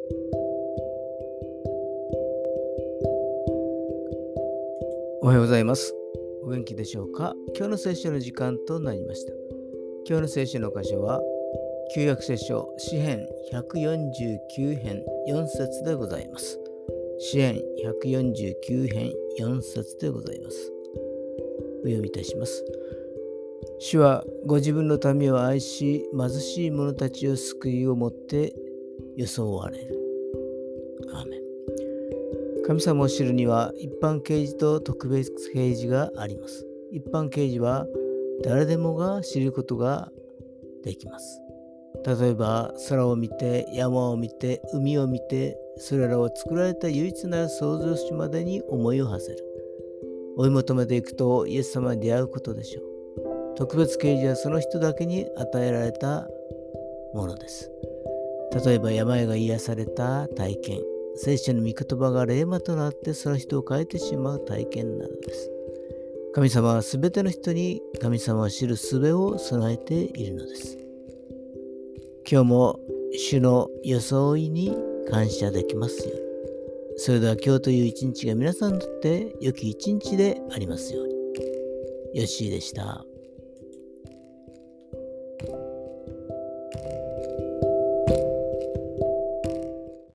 おはようございます。お元気でしょうか。今日の聖書の時間となりました。今日の聖書の箇所は旧約聖書詩編149編4節でございます。詩編149編4節でございます。お読みいたします。主はご自分の民を愛し、貧しい者たちを救いをもって装われる。アーメン。神様を知るには一般啓示と特別啓示があります。一般啓示は誰でもが知ることができます。例えば空を見て、山を見て、海を見て、それらを作られた唯一なる創造主までに思いを馳せる。追い求めていくとイエス様に出会うことでしょう。特別啓示はその人だけに与えられたものです。例えば病が癒された体験、聖書の御言葉が霊魔となってその人を変えてしまう体験などです。神様はすべての人に神様を知る術を備えているのです。今日も主の装いに感謝できますように。それでは今日という一日が皆さんにとって良き一日でありますように。ヨッシーでした。